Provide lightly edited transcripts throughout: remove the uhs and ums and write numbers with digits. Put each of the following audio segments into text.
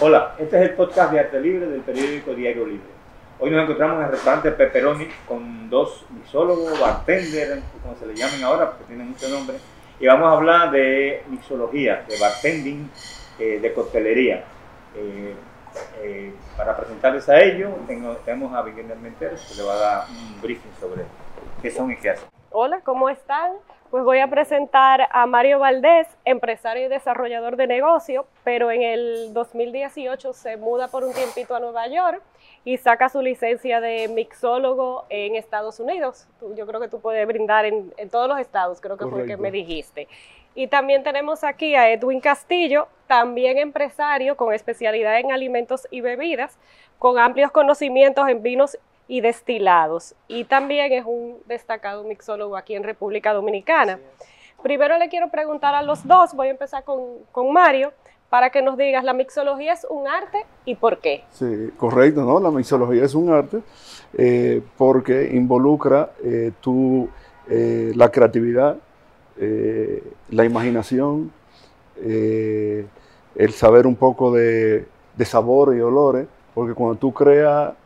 Hola, este es el podcast de Arte Libre del periódico Diario Libre. Hoy nos encontramos en el restaurante Pepperoni con dos mixólogos, bartender, como se le llamen ahora, porque tienen mucho nombre, y vamos a hablar de mixología, de bartending, de coctelería. Para presentarles a ellos, tenemos a Miguel Armenteros, que le va a dar un briefing sobre qué son y qué hacen. Hola, ¿cómo están? Pues voy a presentar a Mario Valdés, empresario y desarrollador de negocio, pero en el 2018 se muda por un tiempito a Nueva York y saca su licencia de mixólogo en Estados Unidos. Yo creo que tú puedes brindar en todos los estados, creo que fue lo que me dijiste. Y también tenemos aquí a Edwin Castillo, también empresario con especialidad en alimentos y bebidas, con amplios conocimientos en vinos y destilados, y también es un destacado mixólogo aquí en República Dominicana. Primero le quiero preguntar a los dos, voy a empezar con Mario, para que nos digas, ¿la mixología es un arte y por qué? Sí, correcto, ¿no? La mixología es un arte porque involucra la creatividad, la imaginación, el saber un poco de sabor y olores, porque cuando tú creas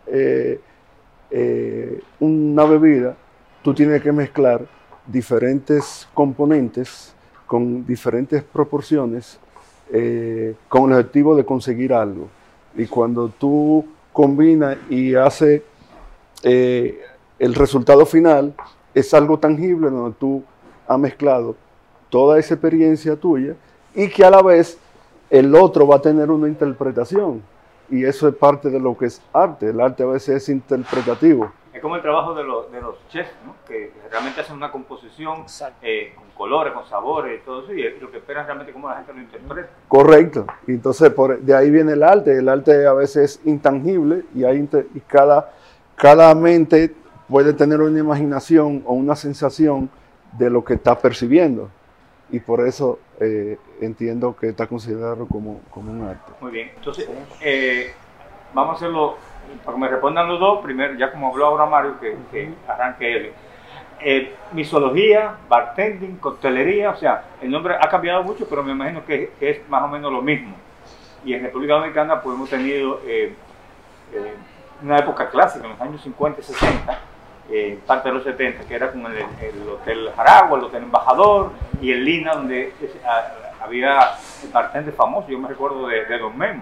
una bebida, tú tienes que mezclar diferentes componentes con diferentes proporciones con el objetivo de conseguir algo. Y cuando tú combinas y haces el resultado final, es algo tangible donde tú has mezclado toda esa experiencia tuya y que a la vez el otro va a tener una interpretación. Y eso es parte de lo que es arte. El arte a veces es interpretativo. Es como el trabajo de los chefs, ¿no? Que realmente hacen una composición con colores, con sabores y todo eso, y lo que esperan realmente cómo la gente lo interpreta. Correcto. Y entonces de ahí viene el arte. El arte a veces es intangible y cada mente puede tener una imaginación o una sensación de lo que está percibiendo. Y por eso entiendo que está considerado como un arte. Muy bien, entonces vamos a hacerlo, para que me respondan los dos, primero, ya como habló ahora Mario, que arranque él. Mixología, bartending, coctelería, o sea, el nombre ha cambiado mucho, pero me imagino que es más o menos lo mismo. Y en República Dominicana pues hemos tenido una época clásica, en los años 50 y 60, parte de los 70, que era como el Hotel Jaragua, el Hotel Embajador y el Lina, donde había bartender famoso. Yo me recuerdo de Don Memo.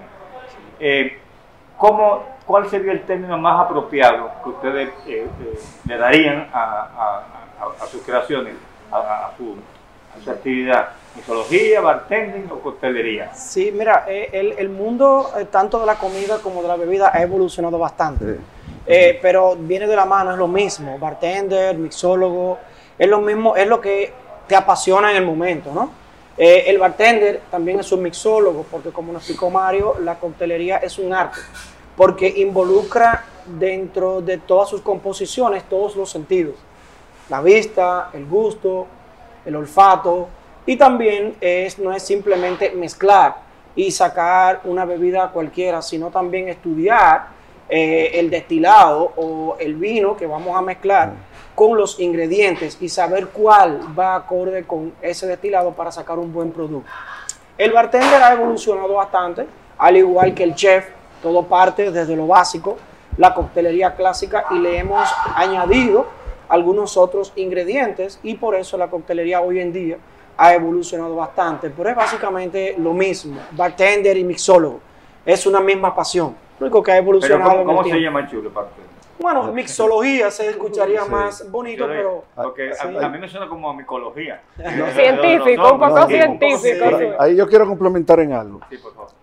¿Cuál sería el término más apropiado que ustedes le darían a sus creaciones, a su actividad? ¿Mixología, bartending o coctelería? Sí, mira, el mundo tanto de la comida como de la bebida ha evolucionado bastante. Sí. Pero viene de la mano, es lo mismo, bartender, mixólogo, es lo mismo, es lo que te apasiona en el momento, ¿no? El bartender también es un mixólogo, porque como nos explicó Mario, la coctelería es un arte, porque involucra dentro de todas sus composiciones todos los sentidos, la vista, el gusto, el olfato, y también no es simplemente mezclar y sacar una bebida cualquiera, sino también estudiar el destilado o el vino que vamos a mezclar con los ingredientes y saber cuál va acorde con ese destilado para sacar un buen producto. El bartender ha evolucionado bastante, al igual que el chef, todo parte desde lo básico, la coctelería clásica, y le hemos añadido algunos otros ingredientes, y por eso la coctelería hoy en día ha evolucionado bastante, pero es básicamente lo mismo, bartender y mixólogo, es una misma pasión. Lo único que ha evolucionado. Pero ¿cómo se llama el chulo? Bueno, mixología se escucharía más bonito, pero... Porque sí. A mí me suena como a micología. Científico, un poco científico. Sí. Ahí yo quiero complementar en algo. Sí, por favor.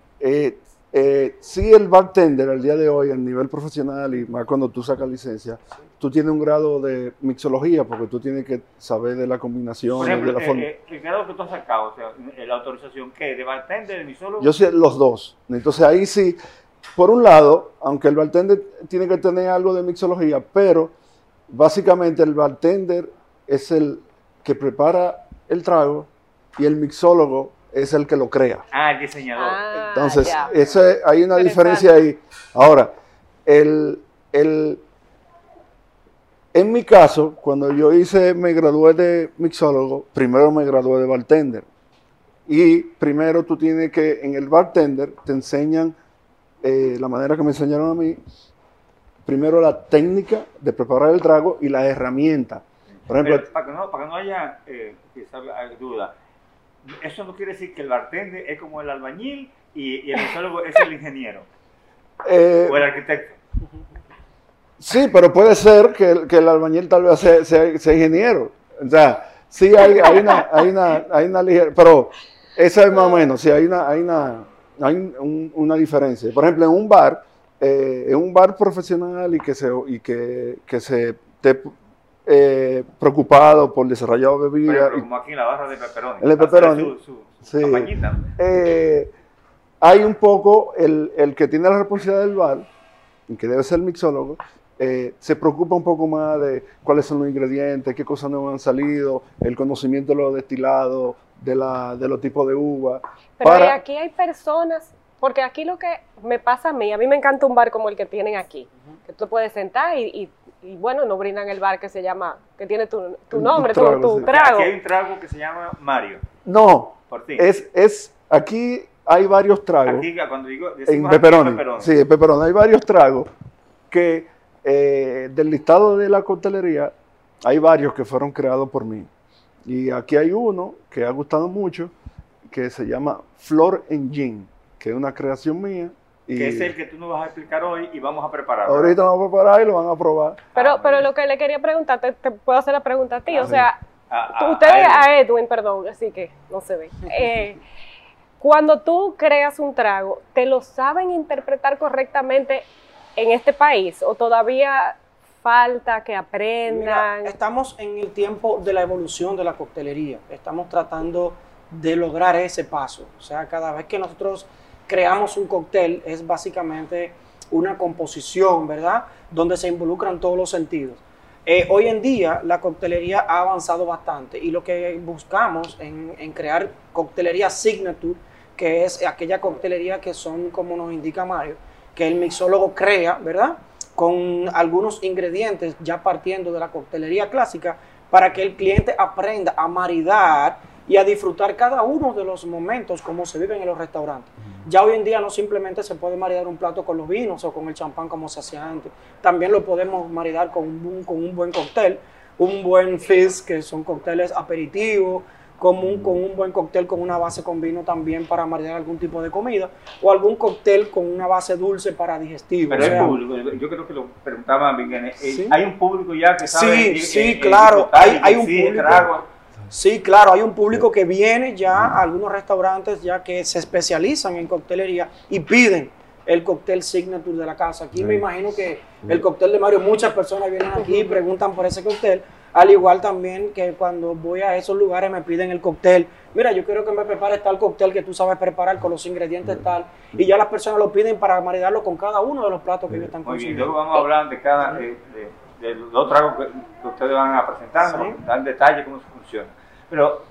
Sí, el bartender al día de hoy, a nivel profesional, y más cuando tú sacas licencia, tú tienes un grado de mixología, porque tú tienes que saber de la combinación. Por ejemplo, de la forma. El grado que tú has sacado, o sea, la autorización, ¿qué? ¿De bartender, de mixólogo? Yo sé los dos. Entonces ahí sí... Por un lado, aunque el bartender tiene que tener algo de mixología, pero básicamente el bartender es el que prepara el trago y el mixólogo es el que lo crea. El diseñador. Entonces, hay una diferencia ahí. Ahora, en mi caso, cuando yo me gradué de mixólogo, primero me gradué de bartender. Y primero tú tienes que, en el bartender, te enseñan la manera que me enseñaron a mí, primero la técnica de preparar el trago y la herramienta. Por ejemplo, Pero para que no haya quizás duda, eso no quiere decir que el bartender es como el albañil y el mixólogo es el ingeniero o el arquitecto. Sí, pero puede ser que el albañil tal vez sea ingeniero. O sea, sí hay una ligera, pero esa es más o menos, sí hay una diferencia. Por ejemplo, en un bar profesional y que se esté preocupado por desarrollar bebidas. Pero como aquí en la barra de Pepperoni. En el Pepperoni, su campañita. Hay un poco el que tiene la responsabilidad del bar, y que debe ser el mixólogo, se preocupa un poco más de cuáles son los ingredientes, qué cosas no han salido, el conocimiento de los destilados, de los tipos de uva. Pero aquí hay personas, porque aquí lo que me pasa a mí me encanta un bar como el que tienen aquí, que tú puedes sentar y bueno, nos brindan el bar que se llama, que tiene tu nombre, tu trago. Aquí hay un trago que se llama Mario. No, Por ti. aquí hay varios tragos. Aquí, cuando digo, En Pepperoni. Sí, en Pepperoni hay varios tragos que del listado de la coctelería hay varios que fueron creados por mí. Y aquí hay uno que ha gustado mucho, que se llama Flor en Gin, que es una creación mía. Y que es el que tú nos vas a explicar hoy y vamos a preparar. Ahorita lo vamos a preparar y lo van a probar. Pero lo que le quería preguntar, te puedo hacer la pregunta a ti, o sea, a Edwin, perdón, así que no se ve. Cuando tú creas un trago, ¿te lo saben interpretar correctamente en este país o todavía falta que aprendan? Mira, estamos en el tiempo de la evolución de la coctelería. Estamos tratando de lograr ese paso. O sea, cada vez que nosotros creamos un cóctel es básicamente una composición, ¿verdad? Donde se involucran todos los sentidos. Hoy en día la coctelería ha avanzado bastante y lo que buscamos en crear coctelería signature, que es aquella coctelería que son, como nos indica Mario, que el mixólogo crea, ¿verdad? Con algunos ingredientes ya partiendo de la coctelería clásica para que el cliente aprenda a maridar y a disfrutar cada uno de los momentos como se viven en los restaurantes. Ya hoy en día no simplemente se puede maridar un plato con los vinos o con el champán como se hacía antes, también lo podemos maridar con un buen cóctel, un buen fizz, que son cócteles aperitivos, con un buen cóctel con una base con vino también para maridar algún tipo de comida, o algún cóctel con una base dulce para digestivo. Pero hay público, yo creo que lo preguntaba bien, ¿sí? Hay un público ya que sabe. Sí, claro, hay un público. Sí, claro, hay un público que viene ya a algunos restaurantes ya que se especializan en coctelería y piden el cóctel signature de la casa. Aquí me imagino que el cóctel de Mario, muchas personas vienen aquí y preguntan por ese cóctel, al igual también que cuando voy a esos lugares me piden el cóctel. Mira, yo quiero que me prepares tal cóctel que tú sabes preparar con los ingredientes tal, y ya las personas lo piden para maridarlo con cada uno de los platos que ellos están consumiendo. Y luego vamos a hablar de cada de los tragos que ustedes van a presentar, Sí. ¿no? Dar detalle cómo funciona. Pero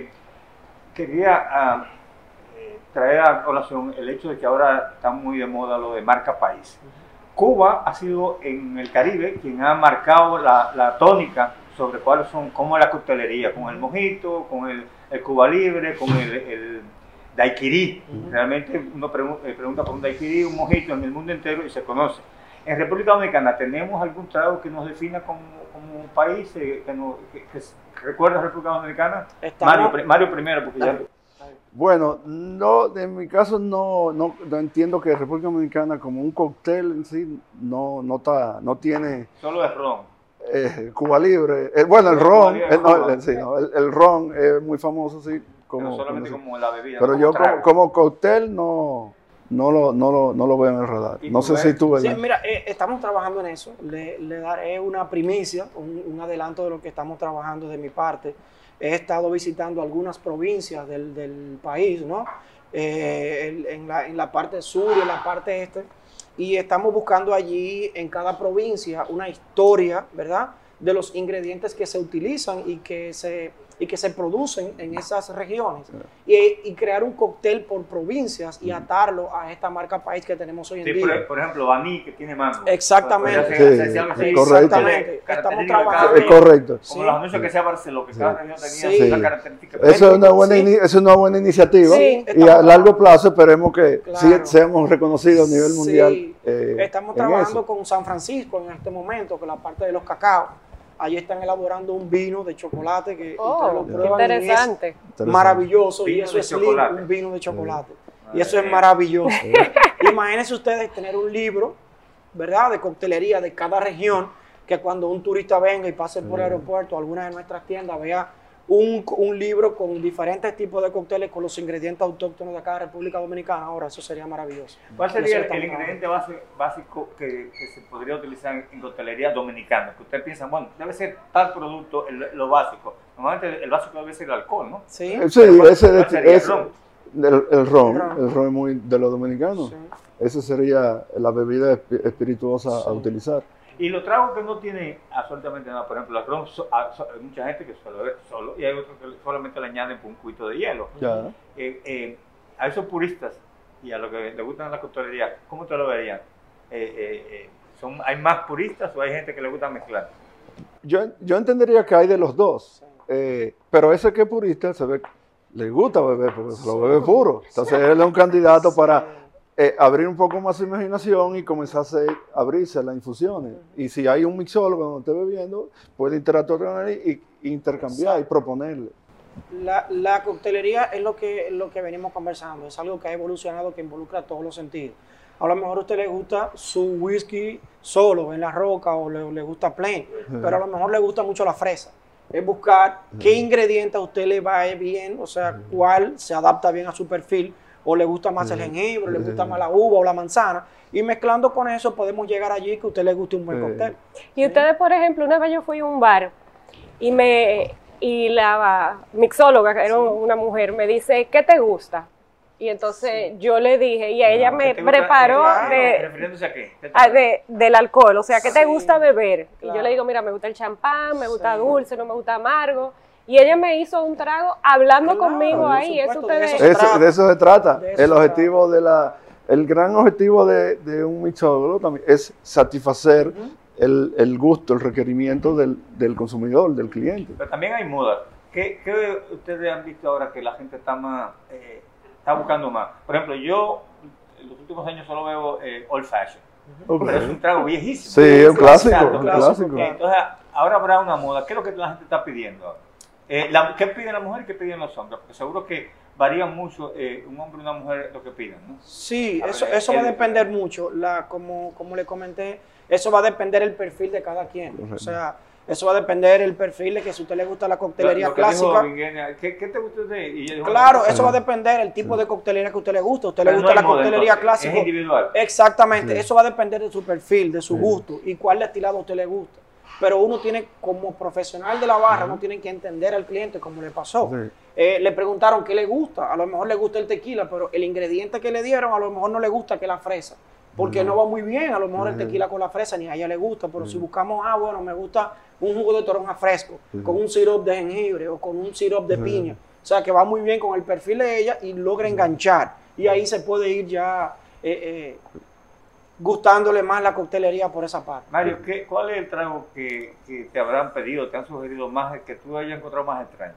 quería traer a colación el hecho de que ahora está muy de moda lo de marca país. Cuba ha sido en el Caribe quien ha marcado la tónica sobre cuáles son, cómo es la coctelería, con el mojito, con el Cuba Libre, con el daiquiri. Realmente uno pregunta por un daiquiri, un mojito en el mundo entero y se conoce. En República Dominicana, ¿tenemos algún trago que nos defina como un país que recuerda a República Dominicana? Mario primero, porque ya... Bueno, no, en mi caso no entiendo que República Dominicana como un cóctel en sí no tiene... Solo es ron. Cuba Libre, bueno, el ron, el ron es muy famoso, sí. Pero solamente como la bebida. Pero yo como cóctel no lo veo en el radar. No sé si tú ves. Sí, mira, estamos trabajando en eso. Le daré una primicia, un adelanto de lo que estamos trabajando de mi parte. He estado visitando algunas provincias del país, ¿no? En la parte sur y en la parte este. Y estamos buscando allí en cada provincia una historia, ¿verdad?, de los ingredientes que se utilizan y que se y que se producen en esas regiones y crear un cóctel por provincias y atarlo a esta marca país que tenemos hoy en día. Por ejemplo, Baní, que tiene mango. Exactamente. Exactamente. Estamos trabajando. Es correcto. Como los anuncios que sea Barcelona, que cada región tenía una característica. Eso es una buena iniciativa y a largo plazo esperemos que seamos reconocidos a nivel mundial. Estamos trabajando con San Francisco en este momento, con la parte de los cacaos. Allí están elaborando un vino de chocolate que ustedes lo prueban interesante. Y es maravilloso. Y eso es un vino de chocolate. Y eso es maravilloso. Imagínense ustedes tener un libro, ¿verdad?, de coctelería de cada región, que cuando un turista venga y pase por el aeropuerto, alguna de nuestras tiendas, vea un libro con diferentes tipos de cócteles con los ingredientes autóctonos de cada República Dominicana. Ahora, eso sería maravilloso. ¿Cuál sería el ingrediente básico que se podría utilizar en coctelería dominicana? Que ustedes piensan, bueno, debe ser tal producto, lo básico. Normalmente el básico debe ser el alcohol, ¿no? Sí, el ron es muy de los dominicanos. Sí. Esa sería la bebida espirituosa a utilizar. Y los tragos que no tienen absolutamente nada, por ejemplo, el ron, hay mucha gente que suele beber solo y hay otros que solamente le añaden un cuito de hielo. A esos puristas y a los que les gustan la coctelería, ¿cómo te lo verían? ¿Hay más puristas o hay gente que le gusta mezclar? Yo entendería que hay de los dos, pero ese que es purista le gusta beber porque se lo bebe puro. Entonces él es un candidato para abrir un poco más su imaginación y comenzar a abrirse a las infusiones. Y si hay un mixólogo donde esté bebiendo, puede interactuar con él y intercambiar y proponerle. La coctelería es lo que venimos conversando, es algo que ha evolucionado, que involucra todos los sentidos. A lo mejor a usted le gusta su whisky solo en la roca o le gusta plain, pero a lo mejor le gusta mucho la fresa. Es buscar qué ingrediente a usted le va bien, o sea, cuál se adapta bien a su perfil, o le gusta más el jengibre, le gusta más la uva o la manzana, y mezclando con eso podemos llegar allí que a usted le guste un buen cóctel. Y ustedes, por ejemplo, una vez yo fui a un bar y la mixóloga, que era una mujer, me dice, ¿qué te gusta? Y entonces yo le dije, y ella me preparó ¿refiriéndose a qué? Del alcohol, o sea, ¿qué te gusta beber? Y yo le digo, mira, me gusta el champán, me gusta dulce, no me gusta amargo. Y ella me hizo un trago hablando conmigo ahí. De eso se trata. El gran objetivo de un mixólogo también es satisfacer el gusto, el requerimiento del consumidor, del cliente. Pero también hay moda. ¿Qué ustedes han visto ahora que la gente está buscando más? Por ejemplo, yo en los últimos años solo bebo Old Fashion. Pero es un trago viejísimo. Sí, es un clásico. Entonces, ahora habrá una moda. ¿Qué es lo que la gente está pidiendo ahora? ¿Qué piden las mujeres y qué piden los hombres? Porque seguro que varía mucho un hombre y una mujer lo que piden, ¿no? Sí, eso va a depender mucho. Como le comenté, eso va a depender el perfil de cada quien. O sea, eso va a depender el perfil de que si a usted le gusta la coctelería clásica. ¿Qué te gusta usted? Claro, eso va a depender el tipo de coctelería que a usted le gusta. A usted le gusta la coctelería clásica. Es individual. Exactamente, eso va a depender de su perfil, de su gusto y cuál destilado a usted le gusta. Pero uno tiene, como profesional de la barra, uno tiene que entender al cliente como le pasó. Le preguntaron qué le gusta, a lo mejor le gusta el tequila, pero el ingrediente que le dieron a lo mejor no le gusta, que es la fresa, porque no va muy bien, a lo mejor el tequila con la fresa ni a ella le gusta, pero si buscamos, bueno, me gusta un jugo de toronja fresco, con un sirope de jengibre o con un sirope de piña, o sea, que va muy bien con el perfil de ella y logra enganchar, y ahí se puede ir ya gustándole más la coctelería por esa parte. Mario, ¿cuál es el trago que te habrán pedido, te han sugerido más, que tú hayas encontrado más extraño?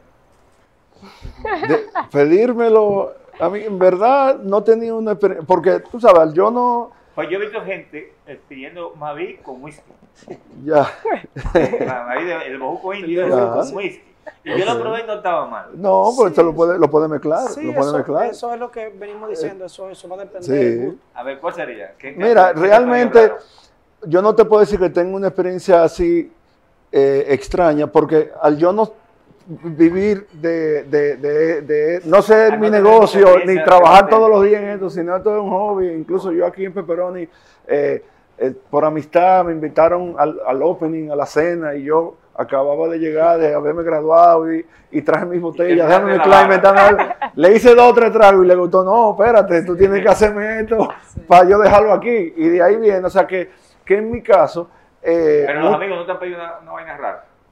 Pedírmelo, a mí en verdad no he tenido una experiencia, porque tú sabes, yo no... Pues yo he visto gente pidiendo Maví con whisky. Ya. Maví el bojuco indio con whisky. Y yo lo probé y no estaba mal. No, pues sí, lo puede mezclar. Sí, lo puede mezclar. Eso es lo que venimos diciendo, eso va a depender del gusto. A ver, ¿cuál sería? Mira, realmente yo no te puedo decir que tengo una experiencia así extraña, porque al yo no vivir no ser mi negocio, ni trabajar todos los días en esto, sino esto es un hobby. Incluso yo aquí en Pepperoni, por amistad, me invitaron al opening, a la cena, y yo acababa de llegar, de haberme graduado y traje mis botellas, déjame mezclar, le hice 2 o 3 tragos y le gustó, no, espérate, tú tienes que hacerme esto para yo dejarlo aquí, y de ahí viene, o sea que en mi caso... Pero los amigos no te han pedido una vaina rara.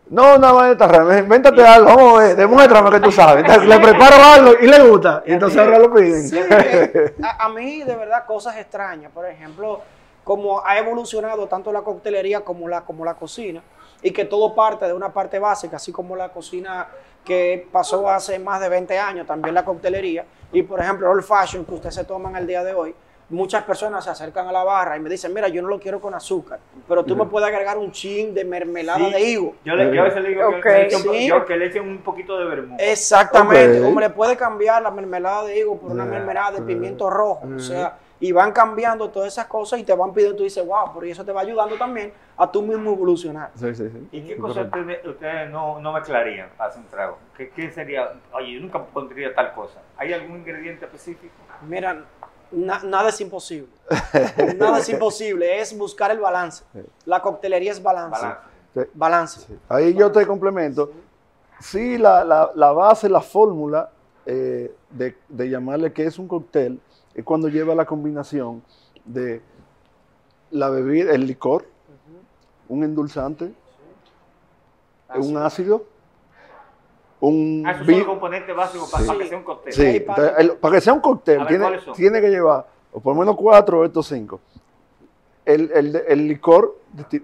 No, una vainita rara, invéntate algo, vamos a ver, demuéstrame que tú sabes. Entonces, le preparo algo y le gusta, y entonces ahora lo piden. Sí, a mí, de verdad, cosas extrañas. Por ejemplo, como ha evolucionado tanto la coctelería como la cocina, y que todo parte de una parte básica, así como la cocina que pasó hace más de 20 años, también la coctelería. Y, por ejemplo, el old fashion que ustedes se toman al día de hoy, muchas personas se acercan a la barra y me dicen, mira, yo no lo quiero con azúcar, pero tú me puedes agregar un chin de mermelada de higo. Yo a veces le digo que le echen un poquito de vermouth. Exactamente, como le puede cambiar la mermelada de higo por una mermelada de pimiento rojo, o sea, y van cambiando todas esas cosas y te van pidiendo, tú dices, wow, pero eso te va ayudando también a tú mismo evolucionar. Sí. ¿Y qué cosas ustedes no mezclarían para hacer un trago? ¿Qué sería? Oye, yo nunca pondría tal cosa. ¿Hay algún ingrediente específico? Mira, nada es imposible. Nada es imposible, es buscar el balance. La coctelería es balance. Balance. Sí. Ahí yo te complemento. Sí, la base, la fórmula de llamarle que es un cóctel es cuando lleva la combinación de la bebida, el licor, un endulzante, un ácido, esos son los componentes básicos para que sea un cóctel. Sí, entonces, para que sea un cóctel tiene que llevar, o por lo menos 4 de estos 5. El licor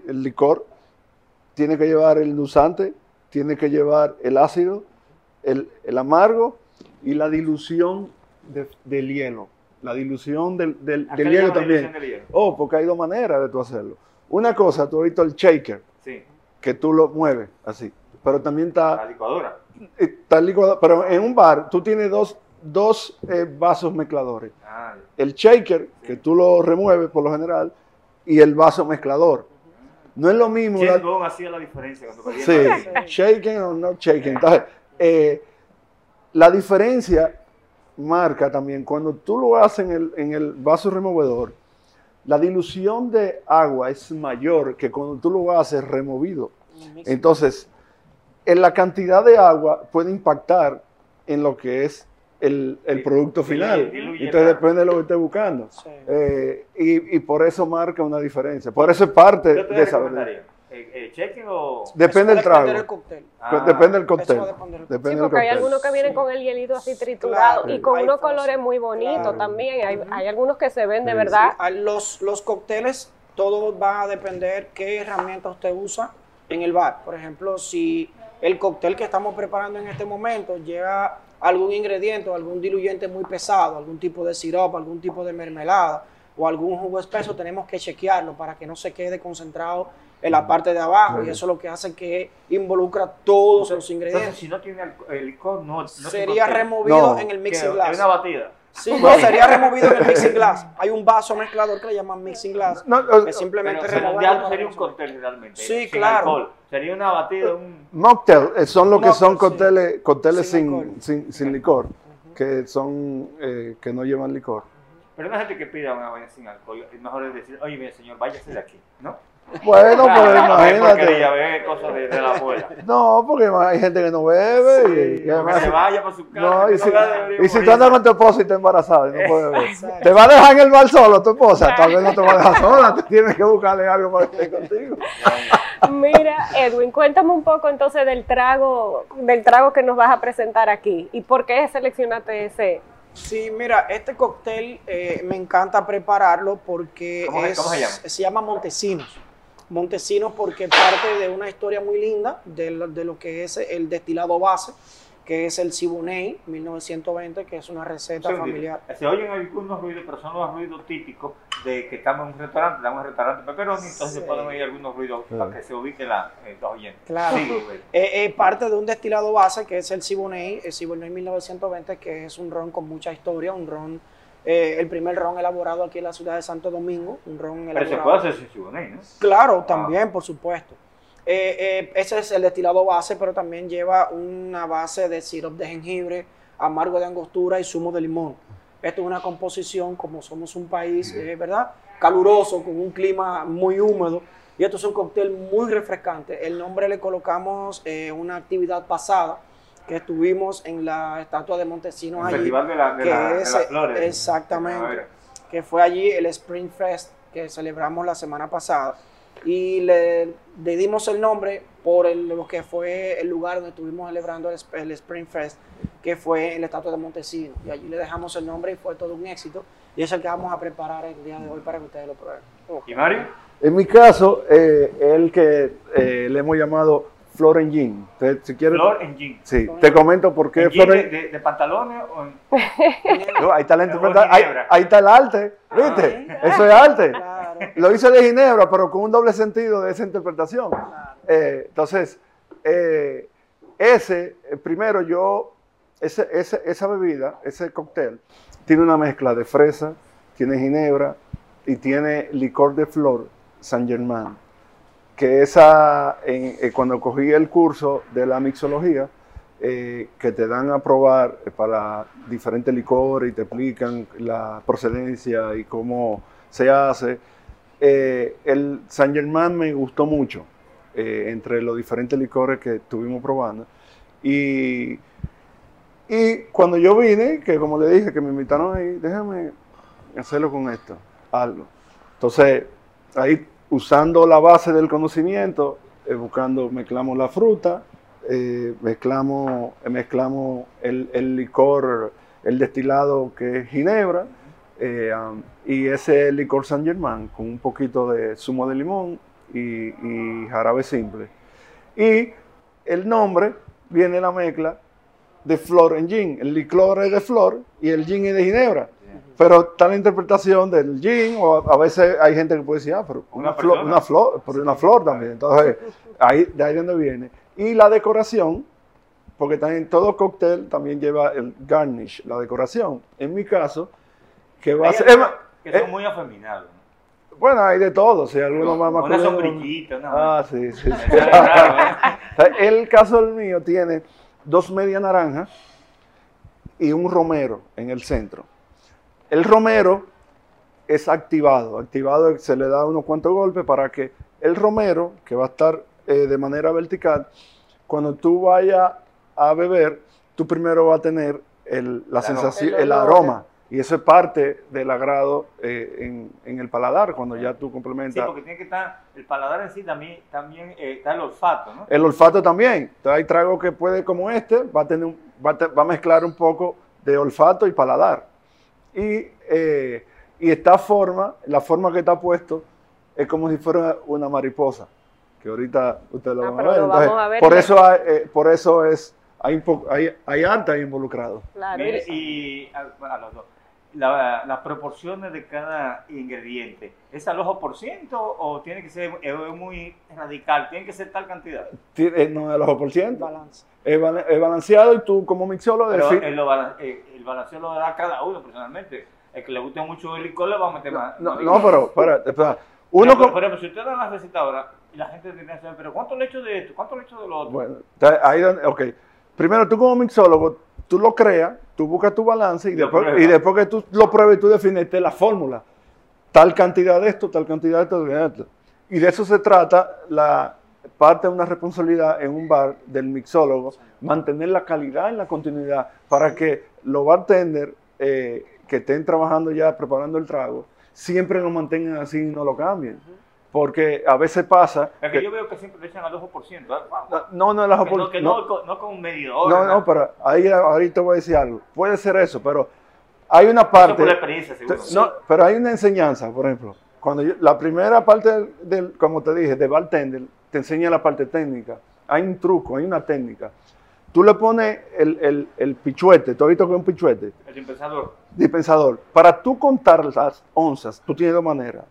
tiene que llevar el endulzante, tiene que llevar el ácido, el amargo y la dilución del hielo. La dilución del hielo también. Porque hay dos maneras de tú hacerlo. Una cosa, tú has visto el shaker, que tú lo mueves así, pero también está... La licuadora. Está licuadora, pero en un bar tú tienes dos vasos mezcladores. El shaker, que tú lo remueves por lo general, y el vaso mezclador. No es lo mismo. James hacía la diferencia cuando shaken o no shaken. Entonces, la diferencia marca también cuando tú lo haces en el vaso removedor, la dilución de agua es mayor que cuando tú lo haces removido. Entonces, en la cantidad de agua puede impactar en lo que es el producto final. Entonces depende de lo que estés buscando. Y por eso marca una diferencia. Por eso es parte de esa verdad. ¿Chequen o...? Depende del trago. Depende del cóctel. Sí, porque hay algunos que vienen con el hielito así triturado y con unos colores muy bonitos también. Hay algunos que se ven de verdad. Los cócteles, todo va a depender qué herramienta usted usa en el bar. Por ejemplo, si el cóctel que estamos preparando en este momento lleva algún ingrediente o algún diluyente muy pesado, algún tipo de sirope, algún tipo de mermelada o algún jugo espeso, tenemos que chequearlo para que no se quede concentrado en la parte de abajo, y eso es lo que hace que involucra todos los ingredientes. Entonces, si no tiene el licor, no sería removido en el mixing glass. ¿Es una batida? Sí, no, sería removido en el mixing glass. Hay un vaso mezclador que le llaman mixing glass, que simplemente removerlo. Sería un cóctel realmente. Sí, claro. Alcohol. Sería una batida, un... Mocktail, son lo que son cócteles sin licor, que son que no llevan licor. Pero no hay gente que pida una vaina sin alcohol. Es mejor es decir, oye, señor, váyase de aquí, ¿no? Bueno, pues imagínate. Porque ya bebe cosas de la abuela. No, porque hay gente que no bebe. Sí, y además, que se vaya para su casa. No, y si tú andas con tu esposa y estás embarazada y no puedes beber, ¿te va a dejar en el bar solo tu esposa? Tal vez no te va a dejar sola, te tienes que buscarle algo para que esté contigo. Mira, Edwin, cuéntame un poco entonces del trago que nos vas a presentar aquí y por qué seleccionaste ese. Sí, mira, este cóctel me encanta prepararlo porque ¿Cómo se llama? Se llama Montesinos. Montesinos porque parte de una historia muy linda de lo que es el destilado base, que es el Siboney 1920, que es una receta familiar. Se oyen algunos ruidos, pero son los ruidos típicos de que estamos en un restaurante, pepperoni, entonces se pueden oír algunos ruidos para que se ubiquen los oyentes. Claro. Parte de un destilado base que es el Siboney 1920, que es un ron con mucha historia, un ron... el primer ron elaborado aquí en la ciudad de Santo Domingo, un ron elaborado. Pero se puede hacer sin Siboney, ¿no? Claro, también, por supuesto. Ese es el destilado base, pero también lleva una base de sirope de jengibre, amargo de angostura y zumo de limón. Esto es una composición, como somos un país, ¿verdad?, caluroso, con un clima muy húmedo, y esto es un cóctel muy refrescante. El nombre le colocamos una actividad pasada, que estuvimos en la estatua de Montesinos allí. El Festival de las Flores. Exactamente. Que fue allí el Spring Fest que celebramos la semana pasada y le dimos el nombre por lo que fue el lugar donde estuvimos celebrando el Spring Fest, que fue el estatua de Montesino. Y allí le dejamos el nombre y fue todo un éxito. Y es el que vamos a preparar el día de hoy para que ustedes lo prueben. ¿Y Mario? En mi caso, el que le hemos llamado Flor Engine. Entonces, si quieres, Flor Engine. sí, te comento por qué ¿Engine Flor de pantalones o en... No, ahí está la O interpretación, Ginebra. ahí está el arte, ¿viste? Eso es arte. Claro. Lo hice de Ginebra, pero con un doble sentido de esa interpretación. Entonces, primero esa bebida, ese cóctel, tiene una mezcla de fresa, tiene ginebra y tiene licor de flor Saint Germain. Que cuando cogí el curso de la mixología, que te dan a probar para diferentes licores y te explican la procedencia y cómo se hace, el Saint Germain me gustó mucho entre los diferentes licores que estuvimos probando. Y cuando yo vine, que como le dije, que me invitaron ahí, déjame hacerlo con esto, algo. Entonces, ahí usando la base del conocimiento, mezclamos la fruta, mezclamos el licor, el destilado que es ginebra, y ese licor Saint Germain con un poquito de zumo de limón y jarabe simple. Y el nombre viene de la mezcla de flor en gin. El licor es de flor y el gin es de ginebra. Pero está la interpretación del gin, o a veces hay gente que puede decir, pero una flor también. Entonces, de ahí donde viene. Y la decoración, porque también todo cóctel también lleva el garnish, la decoración. En mi caso, que va a ser... que son muy afeminados. Bueno, hay de todo, si alguno más Una masculino. sombrillita, una... Sí. Eso es raro, El caso del mío tiene 2 medias naranjas y un romero en el centro. El romero es activado se le da unos cuantos golpes para que el romero, que va a estar de manera vertical, cuando tú vayas a beber, tú primero vas a tener la sensación, el aroma. Y eso es parte del agrado en el paladar, cuando ya tú complementas. Sí, porque tiene que estar, el paladar en sí también está el olfato, ¿no? El olfato también. Entonces hay tragos que puede, como este, va a mezclar un poco de olfato y paladar. Y esta forma, la forma que está puesto, es como si fuera una mariposa, que ahorita ustedes lo van a ver. Entonces, por eso hay arte ahí involucrado. Claro. Mire, y a los dos, las proporciones de cada ingrediente, ¿es al ojo por ciento o tiene que ser muy radical? ¿Tiene que ser tal cantidad? No es al ojo por ciento. Balance. Es balanceado y tú como mixólogo Pero el balanceo lo da cada uno personalmente. El que le guste mucho el licor le va a meter más. Pero espérate. Por ejemplo, si usted da la receta ahora y la gente tiene que saber, pero ¿cuánto le echo de esto? ¿Cuánto le echo de lo otro? Bueno, ok. Primero, tú como mixólogo, tú lo creas, tú buscas tu balance y después que tú lo pruebes, tú defines la fórmula. Tal cantidad de esto, tal cantidad de esto, de esto. Y de eso se trata parte de una responsabilidad en un bar del mixólogo, mantener la calidad y la continuidad para que los bartenders que estén trabajando ya, preparando el trago, siempre lo mantengan así y no lo cambien. Porque a veces pasa... Es que yo veo que siempre le echan al ojo por ciento. No, el ojo por ciento. No con un medidor. No, pero ahí te voy a decir algo. Puede ser eso, pero hay una parte... Eso por la experiencia, seguro. No, pero hay una enseñanza, por ejemplo. La primera parte, como te dije, de bartender, te enseña la parte técnica. Hay un truco, hay una técnica. Tú le pones el pichuete, ¿tú has visto que es un pichuete? El dispensador. Dispensador. Para tú contar las onzas, tú tienes dos maneras.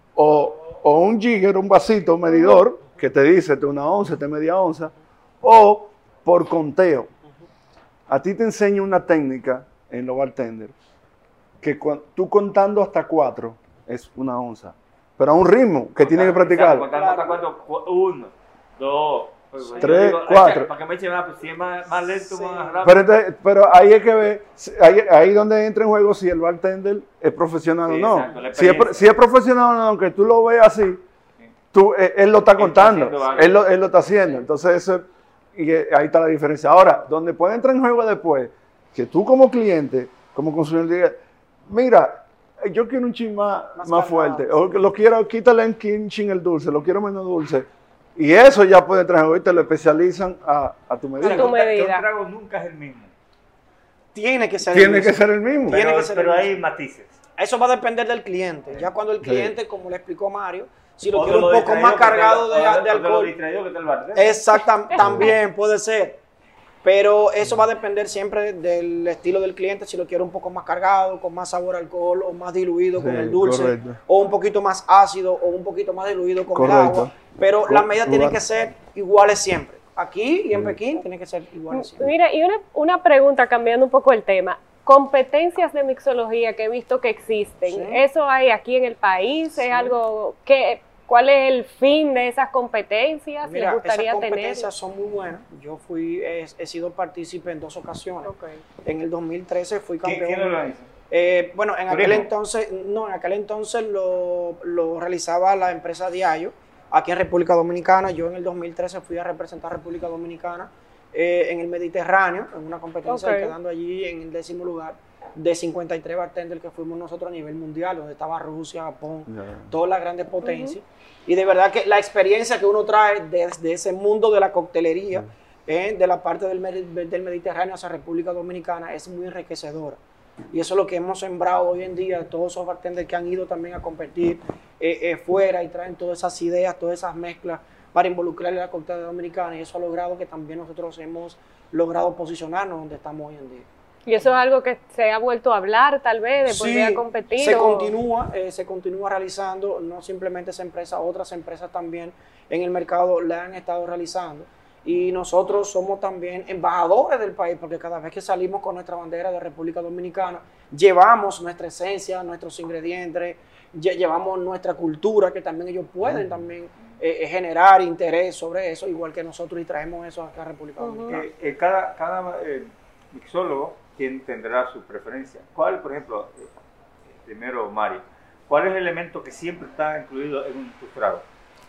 O un jigger, un vasito, un medidor, que te dice una onza, media onza, o por conteo. A ti te enseña una técnica en los bartenders, que tú contando hasta 4 es una onza, pero a un ritmo que tienes que practicar. Contando hasta 4, 1, 2, 3, 4. Para que me eche más, pues, si es más lento, sí, más rápido. Pero ahí es que ve, ahí donde entra en juego si el bartender es profesional o no. Exacto, si es profesional o no, aunque tú lo veas así, él lo está contando, él lo está haciendo. Entonces ahí está la diferencia. Ahora, donde puede entrar en juego después, que tú como cliente, como consumidor, digas, mira, yo quiero un chin más cargado. fuerte. O que lo quiero, quítale un chin el dulce, lo quiero menos dulce. Y eso ya puede traer, y te lo especializan a tu medida. A tu medida. Que un trago nunca es el mismo. Tiene que ser Tiene el que mismo. ser el mismo. Tiene que ser Pero el hay mismo. matices. Eso va a depender del cliente. Ya cuando el Sí. cliente, como le explicó Mario, si lo O quiere de un lo poco distraído más que cargado está- o de de lo alcohol. distraído que está el bartender. Exactamente, también puede ser. Pero eso va a depender siempre del estilo del cliente, si lo quiere un poco más cargado, con más sabor a alcohol, o más diluido con Sí, el dulce, correcto. o un poquito más ácido, o un poquito más diluido con el Correcto. agua. Pero las medidas tienen Correcto. que ser iguales siempre. Aquí y en Pekín tienen que ser iguales siempre. Mira, y una pregunta cambiando un poco el tema. Competencias de mixología que he visto que existen, Sí. ¿eso hay aquí en el país? Sí. ¿Es algo que, cuál es el fin de esas competencias? Mira, ¿Les gustaría esas tener? competencias son muy buenas. Yo he sido partícipe en 2 ocasiones. Ok. En el 2013 fui campeón. ¿Quién lo organiza? Bueno, en ¿Turismo? aquel entonces, no, en aquel entonces lo realizaba la empresa Diallo, aquí en República Dominicana. Yo en el 2013 fui a representar a República Dominicana en el Mediterráneo, en una competencia, Ok. quedando allí en el 10º lugar de 53 bartenders que fuimos nosotros a nivel mundial, donde estaba Rusia, Japón, Ya. todas las grandes potencias. Y de verdad que la experiencia que uno trae desde ese mundo de la coctelería, de la parte del Mediterráneo hacia República Dominicana, es muy enriquecedora. Y eso es lo que hemos sembrado hoy en día, todos esos bartenders que han ido también a competir fuera y traen todas esas ideas, todas esas mezclas para involucrar a la coctelería dominicana, y eso ha logrado que también nosotros hemos logrado posicionarnos donde estamos hoy en día. ¿Y eso es algo que se ha vuelto a hablar tal vez, de volver a competir? se o- continúa realizando, no simplemente esa empresa, otras empresas también en el mercado la han estado realizando. Y nosotros somos también embajadores del país, porque cada vez que salimos con nuestra bandera de República Dominicana, llevamos nuestra esencia, nuestros ingredientes, llevamos nuestra cultura, que también ellos pueden también generar interés sobre eso, igual que nosotros, y traemos eso acá a República Dominicana. Cada mixólogo tendrá su preferencia. ¿Cuál, por ejemplo, primero Mario, cuál es el elemento que siempre está incluido en un trago?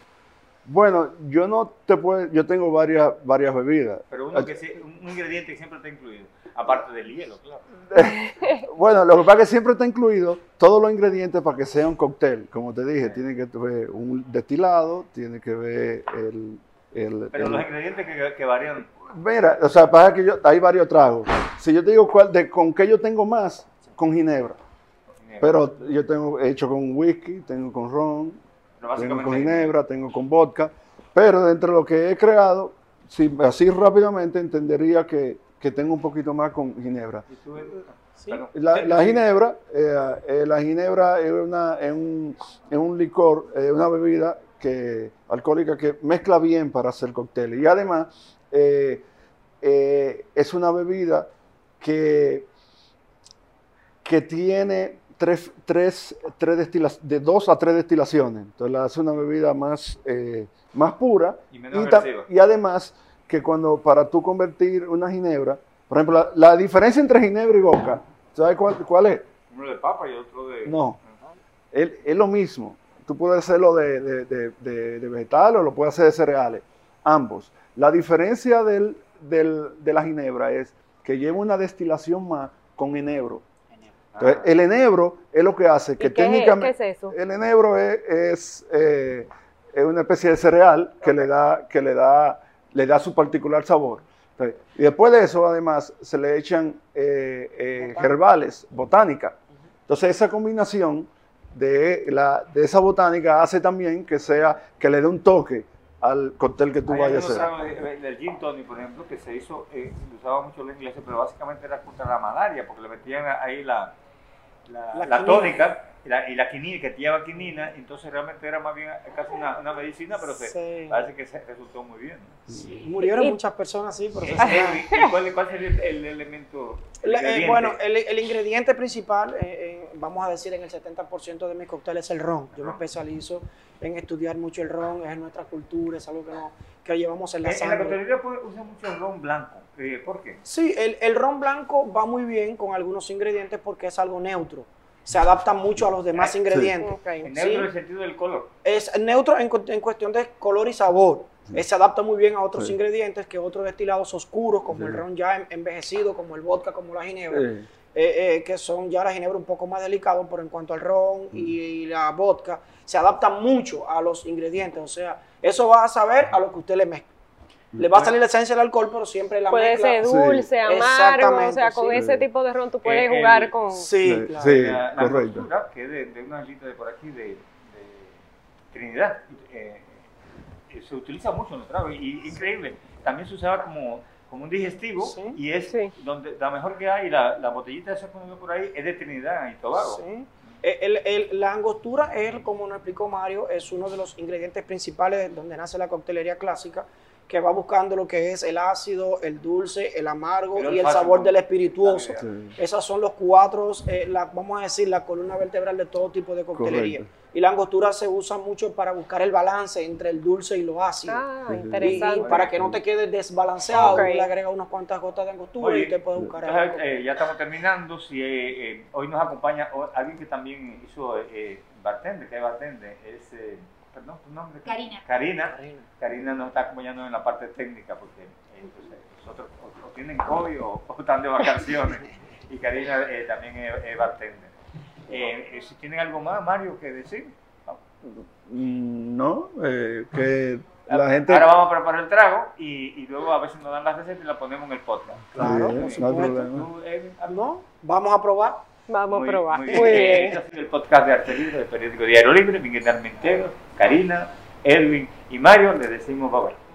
Bueno, yo no te puedo, yo tengo varias bebidas. Pero un ingrediente que siempre está incluido, aparte del hielo, claro. Bueno, lo que pasa es que siempre está incluido todos los ingredientes para que sea un cóctel. Como te dije, tiene que ver un destilado, tiene que ver Pero los ingredientes que varían. Mira, o sea, pasa que hay varios tragos. Si yo te digo con qué yo tengo más, con ginebra. Pero yo tengo hecho con whisky, tengo con ron, tengo con ginebra, tengo con vodka. Pero dentro de lo que he creado, así rápidamente entendería que tengo un poquito más con ginebra. ¿Y tú, Sí. La ginebra es un licor, una bebida alcohólica que mezcla bien para hacer cócteles. Y además es una bebida que tiene de 2 a 3 destilaciones. Entonces la hace una bebida más pura. Y menos agresiva. Y además que para tú convertir una ginebra, por ejemplo, la diferencia entre ginebra y vodka, ¿sabes cuál es? Uno de papa y otro de... No, es lo mismo. Tú puedes hacerlo de vegetal o lo puedes hacer de cereales, ambos. La diferencia de la ginebra es que lleva una destilación más con enebro. Entonces, el enebro es lo que hace que técnicamente... ¿Qué es eso? El enebro es una especie de cereal que le da su particular sabor. Entonces, y después de eso, además, se le echan herbales, botánica. Entonces, esa combinación de esa botánica hace también que le dé un toque al cóctel que tú vayas a hacer. El gin tonic, por ejemplo, que se hizo, lo usaba mucho los ingleses, pero básicamente era contra la malaria, porque le metían ahí la tónica y la quinina, que lleva quinina, entonces realmente era más bien casi una medicina, pero Sí. parece que resultó muy bien, ¿no? Sí. Murieron muchas personas, sí, pero ¿Cuál sería el elemento? Bueno, el ingrediente principal, vamos a decir, en el 70% de mis cócteles es el ron. Yo me especializo en estudiar mucho el ron, es nuestra cultura, es algo que llevamos en la En la sangre. coctelería usa mucho el ron blanco. ¿Por qué? Sí, el ron blanco va muy bien con algunos ingredientes porque es algo neutro. Se adapta mucho a los demás ingredientes. Ok. En neutro en el sentido del color. Es neutro en cuestión de color y sabor. Se adapta muy bien a otros Sí. ingredientes que otros destilados oscuros, como Sí. el ron ya envejecido, como el vodka, como la ginebra. Sí. que son ya la ginebra un poco más delicado, pero en cuanto al ron y la vodka, se adaptan mucho a los ingredientes. O sea, eso va a saber a lo que usted le mezcla. Le va a salir la esencia del alcohol, pero siempre la puede mezcla. ser dulce, amargo, o sea, con sí. ese tipo de ron tú puedes jugar con... Sí, claro. Sí, La correcto. angostura, que es de una islita de por aquí, de Trinidad, se utiliza mucho en los tragos, y increíble. También se usaba como un digestivo, Sí. y es Sí. donde la mejor que hay, la botellita esa que uno ve por ahí, es de Trinidad y Tobago. Sí. La angostura es, como nos explicó Mario, es uno de los ingredientes principales donde nace la coctelería clásica, que va buscando lo que es el ácido, el dulce, el amargo y el sabor del espirituoso. Sí. Esas son los cuatro, vamos a decir, la columna vertebral de todo tipo de coctelería. Correcto. Y la angostura se usa mucho para buscar el balance entre el dulce y lo ácido. Ah, Sí. interesante. Y para que no te quede desbalanceado, Ok. le agrega unas cuantas gotas de angostura y te puedes buscar algo. Entonces, ya estamos terminando. Si hoy nos acompaña alguien que también hizo bartender, que es bartender, es, perdón, ¿tu nombre? Karina. Karina nos está acompañando en la parte técnica porque entonces, nosotros o tienen COVID o están de vacaciones, y Karina también es bartender. Si tienen algo más, Mario, que decir. No, que la gente... Ahora vamos a preparar el trago y luego a ver si nos dan las recetas y la ponemos en el podcast. Claro, Sí, por no hay supuesto. problema. ¿Tú, Edwin, algo? ¿No? Vamos a probar. Vamos a probar. Muy Este bien. ha sido el podcast de Arte Libre del periódico Diario Libre. Miguel Armentero, Karina, Edwin y Mario. Les decimos bye bye.